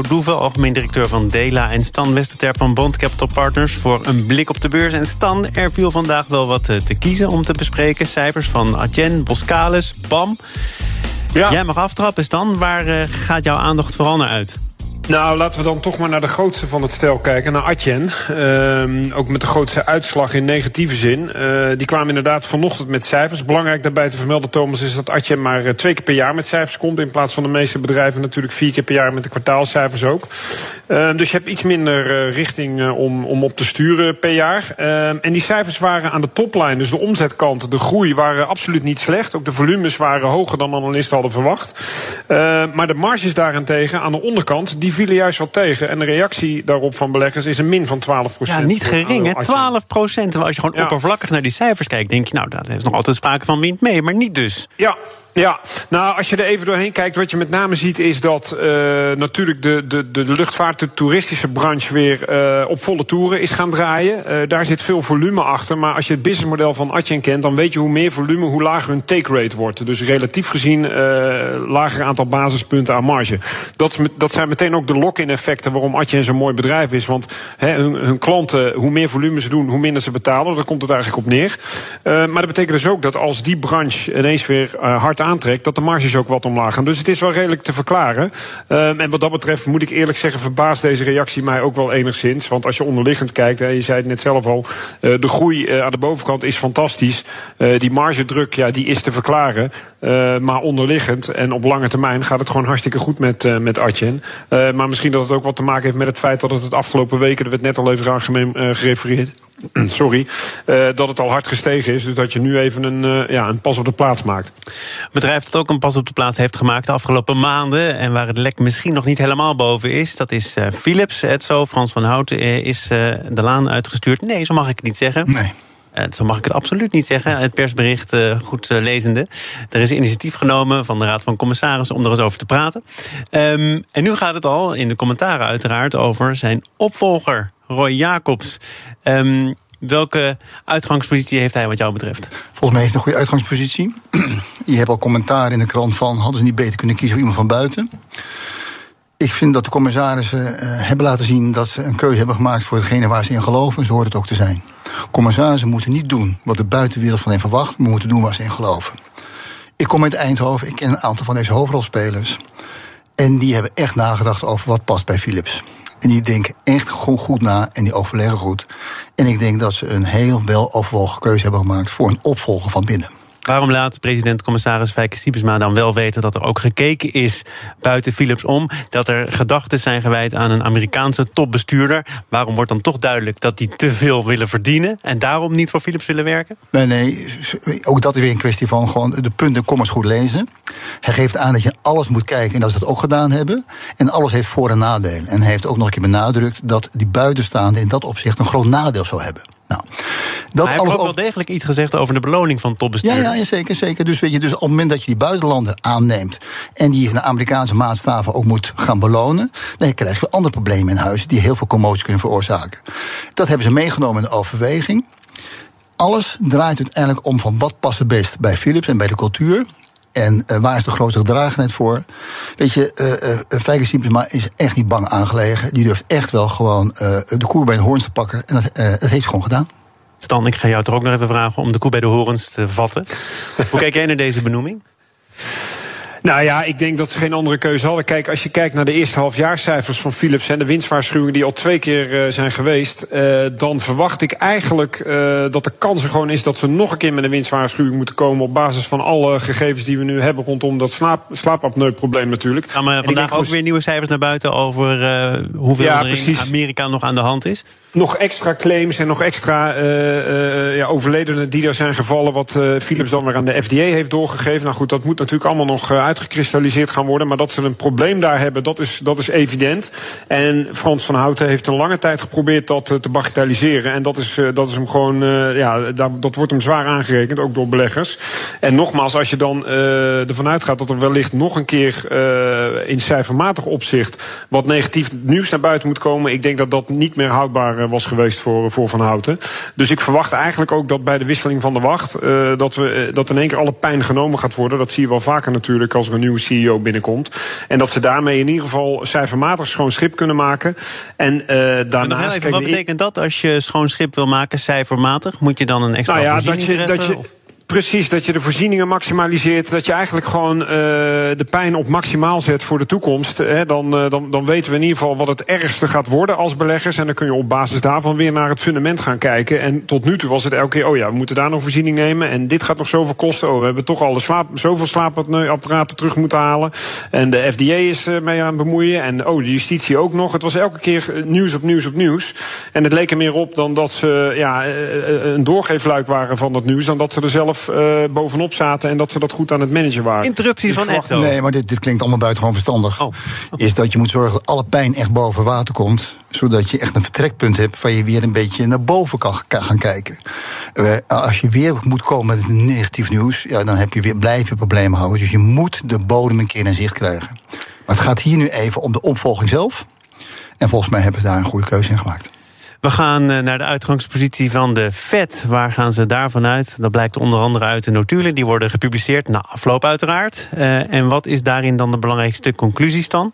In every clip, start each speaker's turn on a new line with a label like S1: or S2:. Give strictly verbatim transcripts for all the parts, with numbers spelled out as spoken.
S1: Verdoeven, algemeen directeur van Dela... en Stan Westerterp van Bond Capital Partners... voor een blik op de beurs. En Stan, er viel vandaag wel wat te kiezen om te bespreken. Cijfers van Adyen, Boskalis, B A M. Ja. Jij mag aftrappen, Stan. Waar uh, gaat jouw aandacht vooral naar uit?
S2: Nou, laten we dan toch maar naar de grootste van het stel kijken, naar Adyen. Uh, ook met de grootste uitslag in negatieve zin. Uh, die kwamen inderdaad vanochtend met cijfers. Belangrijk daarbij te vermelden, Thomas, is dat Adyen maar uh, twee keer per jaar met cijfers komt. In plaats van de meeste bedrijven natuurlijk vier keer per jaar met de kwartaalcijfers ook. Uh, dus je hebt iets minder uh, richting uh, om, om op te sturen per jaar. Uh, en die cijfers waren aan de topline, dus de omzetkant, de groei, waren absoluut niet slecht. Ook de volumes waren hoger dan analisten hadden verwacht. Uh, maar de marges daarentegen aan de onderkant, die vielen juist wat tegen. En de reactie daarop van beleggers is een min van twaalf procent.
S1: Ja, niet gering, hè? twaalf procent. Als je gewoon
S2: ja.
S1: oppervlakkig naar die cijfers kijkt, denk je, nou, daar is nog altijd sprake van wind mee, maar niet dus.
S2: Ja. Ja, nou, als je er even doorheen kijkt, wat je met name ziet is dat uh, natuurlijk de, de, de luchtvaart, de toeristische branche weer uh, op volle toeren is gaan draaien. Uh, daar zit veel volume achter, maar als je het businessmodel van Adyen kent, dan weet je hoe meer volume, hoe lager hun take rate wordt. Dus relatief gezien uh, lager aantal basispunten aan marge. Dat, dat zijn meteen ook de lock-in effecten waarom Adyen zo'n mooi bedrijf is. Want he, hun, hun klanten, hoe meer volume ze doen, hoe minder ze betalen. Daar komt het eigenlijk op neer. Uh, maar dat betekent dus ook dat als die branche ineens weer uh, hard aantrekt, dat de marges ook wat omlaag gaan. Dus het is wel redelijk te verklaren. Um, en wat dat betreft moet ik eerlijk zeggen, verbaast deze reactie mij ook wel enigszins. Want als je onderliggend kijkt, hè, je zei het net zelf al, uh, de groei uh, aan de bovenkant is fantastisch. Uh, die margedruk, ja, die is te verklaren. Uh, maar onderliggend en op lange termijn gaat het gewoon hartstikke goed met, uh, met Adyen. Uh, maar misschien dat het ook wat te maken heeft met het feit dat het het afgelopen weken, er werd net al even aan uh, gerefereerd, sorry, uh, dat het al hard gestegen is. Dus dat je nu even een, uh, ja, een pas op de plaats maakt.
S1: Het bedrijf dat ook een pas op de plaats heeft gemaakt de afgelopen maanden, en waar het lek misschien nog niet helemaal boven is, dat is uh, Philips. Edzo, Frans van Houten uh, is uh, de laan uitgestuurd. Nee, zo mag ik het niet zeggen.
S3: Nee.
S1: Uh, zo mag ik het absoluut niet zeggen. Het persbericht uh, goed uh, lezende. Er is initiatief genomen van de Raad van Commissarissen om er eens over te praten. Um, en nu gaat het al, in de commentaren uiteraard, over zijn opvolger, Roy Jakobs. Um, welke uitgangspositie heeft hij wat jou betreft?
S3: Volgens mij heeft hij een goede uitgangspositie. Je hebt al commentaar in de krant van, hadden ze niet beter kunnen kiezen voor iemand van buiten? Ik vind dat de commissarissen uh, hebben laten zien dat ze een keuze hebben gemaakt voor degene waar ze in geloven. En zo hoort het ook te zijn. Commissarissen moeten niet doen wat de buitenwereld van hen verwacht, maar moeten doen waar ze in geloven. Ik kom uit Eindhoven, ik ken een aantal van deze hoofdrolspelers. En die hebben echt nagedacht over wat past bij Philips. En die denken echt goed, goed na en die overleggen goed. En ik denk dat ze een heel wel overwogen keuze hebben gemaakt voor een opvolger van binnen.
S1: Waarom laat president-commissaris Fijke Sijbesma dan wel weten dat er ook gekeken is buiten Philips om? Dat er gedachten zijn gewijd aan een Amerikaanse topbestuurder? Waarom wordt dan toch duidelijk dat die te veel willen verdienen en daarom niet voor Philips willen werken?
S3: Nee, nee, ook dat is weer een kwestie van gewoon de punten, kommas goed lezen. Hij geeft aan dat je alles moet kijken en dat ze dat ook gedaan hebben. En alles heeft voor- en nadelen. En hij heeft ook nog een keer benadrukt dat die buitenstaande in dat opzicht een groot nadeel zou hebben. Nou, dat
S1: hij heeft ook wel degelijk iets gezegd over de beloning van topbestuurders.
S3: Ja, ja, zeker, zeker. Dus, weet je, dus op het moment dat je die buitenlander aanneemt en die naar Amerikaanse maatstaven ook moet gaan belonen, dan krijg je andere problemen in huis die heel veel commotie kunnen veroorzaken. Dat hebben ze meegenomen in de overweging. Alles draait uiteindelijk om van wat past het best bij Philips en bij de cultuur. En uh, waar is de grootste gedragenheid voor? Weet je, uh, uh, Fijke Sijbesma is echt niet bang aangelegen. Die durft echt wel gewoon uh, de koe bij de hoorns te pakken. En dat, uh, dat heeft hij gewoon gedaan.
S1: Stan, ik ga jou toch ook nog even vragen om de koe bij de horens te vatten. Hoe kijk jij naar deze benoeming?
S2: Nou ja, ik denk dat ze geen andere keuze hadden. Kijk, als je kijkt naar de eerste halfjaarcijfers van Philips en de winstwaarschuwingen die al twee keer uh, zijn geweest, uh, dan verwacht ik eigenlijk uh, dat de kans er gewoon is dat ze nog een keer met een winstwaarschuwing moeten komen op basis van alle gegevens die we nu hebben rondom dat slaap, slaapapneu-probleem natuurlijk.
S1: Ja, maar vandaag ook weer nieuwe cijfers naar buiten over uh, hoeveel ja, er in Amerika nog aan de hand is.
S2: Nog extra claims en nog extra uh, uh, ja, overledenen die er zijn gevallen, wat uh, Philips dan weer aan de F D A heeft doorgegeven. Nou goed, dat moet natuurlijk allemaal nog uh, uitgekristalliseerd gaan worden. Maar dat ze een probleem daar hebben, dat is, dat is evident. En Frans van Houten heeft een lange tijd geprobeerd dat uh, te bagatelliseren. En dat is, uh, dat is hem gewoon, uh, ja, dat, dat wordt hem zwaar aangerekend, ook door beleggers. En nogmaals, als je dan uh, ervan uitgaat dat er wellicht nog een keer uh, in cijfermatig opzicht wat negatief nieuws naar buiten moet komen, ik denk dat dat niet meer houdbaar was geweest voor, voor Van Houten. Dus ik verwacht eigenlijk ook dat bij de wisseling van de wacht uh, dat, we, uh, dat in één keer alle pijn genomen gaat worden. Dat zie je wel vaker natuurlijk als als er een nieuwe C E O binnenkomt. En dat ze daarmee in ieder geval cijfermatig schoon schip kunnen maken. En uh, daarnaast...
S1: Even, wat betekent dat als je schoon schip wil maken, cijfermatig? Moet je dan een extra
S2: nou ja,
S1: voorziening
S2: dat je,
S1: treffen?
S2: Dat je, Precies, dat je de voorzieningen maximaliseert. Dat je eigenlijk gewoon uh, de pijn op maximaal zet voor de toekomst. Hè, dan, uh, dan, dan weten we in ieder geval wat het ergste gaat worden als beleggers. En dan kun je op basis daarvan weer naar het fundament gaan kijken. En tot nu toe was het elke keer, oh ja, we moeten daar nog voorziening nemen. En dit gaat nog zoveel kosten. Oh, we hebben toch al de slaap, zoveel slaapapparaten terug moeten halen. En de F D A is uh, mee aan het bemoeien. En oh, de justitie ook nog. Het was elke keer nieuws op nieuws op nieuws. En het leek er meer op dan dat ze ja, een doorgeefluik waren van dat nieuws. Dan dat ze er zelf Uh, bovenop zaten en dat ze dat goed aan het managen waren.
S1: Interruptie
S2: dus
S1: van Edzo.
S3: Nee, maar dit, dit klinkt allemaal buitengewoon verstandig.
S1: Oh, okay.
S3: Is dat je moet zorgen dat alle pijn echt boven water komt, zodat je echt een vertrekpunt hebt waar je weer een beetje naar boven kan gaan kijken. Uh, als je weer moet komen met negatief nieuws, ja, dan heb je weer, blijf je problemen houden. Dus je moet de bodem een keer in zicht krijgen. Maar het gaat hier nu even om de opvolging zelf. En volgens mij hebben ze daar een goede keuze in gemaakt.
S1: We gaan naar de uitgangspositie van de Fed. Waar gaan ze daarvan uit? Dat blijkt onder andere uit de notulen. Die worden gepubliceerd na afloop uiteraard. Uh, en wat is daarin dan de belangrijkste conclusies dan?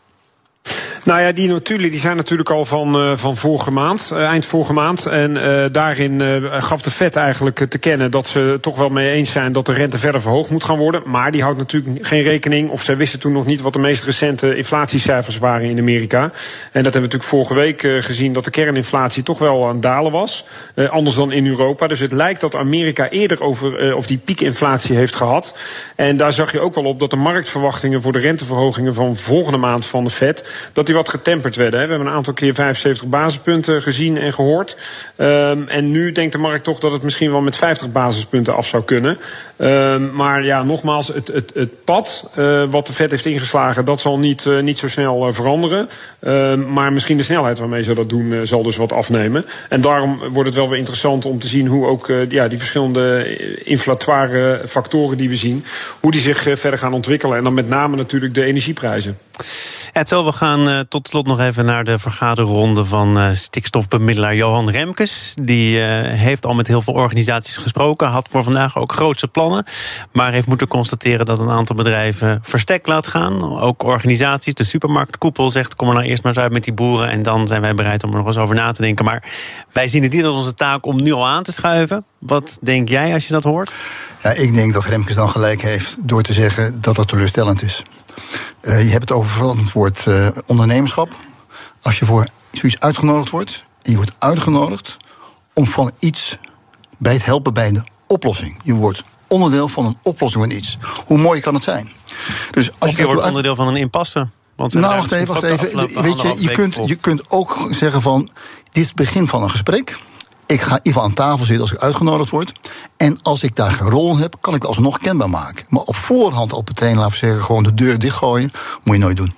S2: Nou ja, die notulen die zijn natuurlijk al van, uh, van vorige maand, uh, eind vorige maand. En uh, daarin uh, gaf de Fed eigenlijk te kennen dat ze toch wel mee eens zijn dat de rente verder verhoogd moet gaan worden. Maar die houdt natuurlijk geen rekening, of zij wisten toen nog niet wat de meest recente inflatiecijfers waren in Amerika. En dat hebben we natuurlijk vorige week uh, gezien dat de kerninflatie toch wel aan het dalen was. Uh, anders dan in Europa. Dus het lijkt dat Amerika eerder over uh, of die piekinflatie heeft gehad. En daar zag je ook wel op dat de marktverwachtingen voor de renteverhogingen van volgende maand van de Fed, dat die wat getemperd werden. Hè. We hebben een aantal keer vijfenzeventig basispunten gezien en gehoord. Um, en nu denkt de markt toch dat het misschien wel met vijftig basispunten af zou kunnen. Um, maar ja, nogmaals, het, het, het pad uh, wat de Fed heeft ingeslagen, dat zal niet, uh, niet zo snel uh, veranderen. Um, maar misschien de snelheid waarmee ze dat doen, uh, zal dus wat afnemen. En daarom wordt het wel weer interessant om te zien hoe ook uh, ja, die verschillende inflatoire factoren die we zien, hoe die zich uh, verder gaan ontwikkelen. En dan met name natuurlijk de energieprijzen.
S1: Edzo, we gaan uh, tot slot nog even naar de vergaderronde van uh, stikstofbemiddelaar Johan Remkes. Die uh, heeft al met heel veel organisaties gesproken, had voor vandaag ook grootse plannen, maar heeft moeten constateren dat een aantal bedrijven verstek laat gaan. Ook organisaties, de supermarktkoepel zegt, kom er nou eerst maar eens uit met die boeren en dan zijn wij bereid om er nog eens over na te denken. Maar wij zien het niet als onze taak om nu al aan te schuiven. Wat denk jij als je dat hoort?
S3: Ja, ik denk dat Remkes dan gelijk heeft door te zeggen dat dat teleurstellend is. Uh, je hebt het over verantwoord uh, ondernemerschap. Als je voor zoiets uitgenodigd wordt, en je wordt uitgenodigd om van iets bij het helpen bij de oplossing. Je wordt onderdeel van een oplossing van iets. Hoe mooi kan het zijn? Dus als
S1: of je, je wordt onderdeel van een impasse. Want
S3: nou, wacht even, wacht even. Weet je, je kunt, je kunt ook zeggen van, dit is het begin van een gesprek. Ik ga in ieder geval aan tafel zitten als ik uitgenodigd word. En als ik daar geen rol in heb, kan ik het alsnog kenbaar maken. Maar op voorhand al meteen, laten we zeggen, gewoon de deur dichtgooien, moet je nooit doen.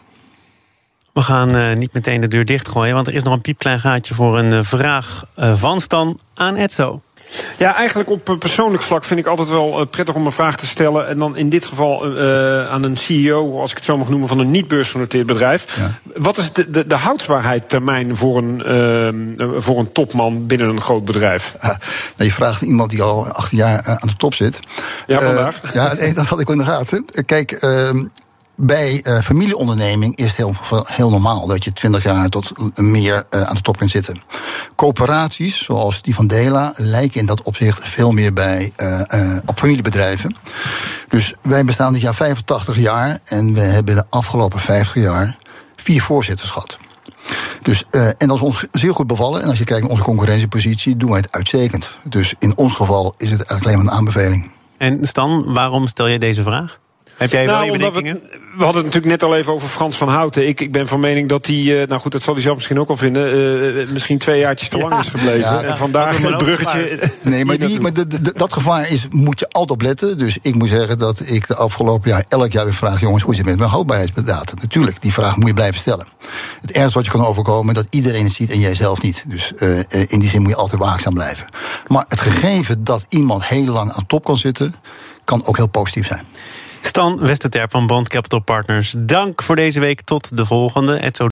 S1: We gaan uh, niet meteen de deur dichtgooien, want er is nog een piepklein gaatje voor een uh, vraag uh, van Stan aan Edzo.
S2: Ja, eigenlijk op persoonlijk vlak vind ik altijd wel prettig om een vraag te stellen. En dan in dit geval uh, aan een C E O, als ik het zo mag noemen, van een niet beursgenoteerd bedrijf. Ja. Wat is de, de, de houdbaarheidstermijn voor een, uh, voor een topman binnen een groot bedrijf?
S3: Ja, nou, je vraagt iemand die al achttien jaar aan de top zit.
S2: Ja, vandaag.
S3: Uh, ja, nee, dat had ik wel in de gaten. Kijk, uh, bij uh, familieonderneming is het heel, heel normaal dat je twintig jaar tot meer uh, aan de top kunt zitten. Coöperaties, zoals die van Dela, lijken in dat opzicht veel meer bij uh, uh, op familiebedrijven. Dus wij bestaan dit jaar vijfentachtig jaar en we hebben de afgelopen vijftig jaar vier voorzitters gehad. Dus, uh, en dat is ons zeer goed bevallen. En als je kijkt naar onze concurrentiepositie, doen wij het uitstekend. Dus in ons geval is het eigenlijk alleen maar een aanbeveling.
S1: En Stan, waarom stel je deze vraag? Heb jij wel
S2: nou,
S1: je bedenkingen?
S2: We, we hadden het natuurlijk net al even over Frans van Houten. Ik, ik ben van mening dat hij, uh, nou goed, dat zal hij zelf misschien ook al vinden, uh, misschien twee jaartjes te lang ja, is gebleven. Ja, en vandaar het bruggetje.
S3: Nee, maar, die, maar de, de, dat gevaar is, moet je altijd op letten. Dus ik moet zeggen dat ik de afgelopen jaar elk jaar weer vraag, jongens, hoe zit het met mijn houdbaarheidsdatum? Natuurlijk, die vraag moet je blijven stellen. Het ergste wat je kan overkomen, dat iedereen het ziet en jij zelf niet. Dus uh, in die zin moet je altijd waakzaam blijven. Maar het gegeven dat iemand heel lang aan top kan zitten, kan ook heel positief zijn.
S1: Stan Westerterp van Bond Capital Partners, dank voor deze week. Tot de volgende. Edzo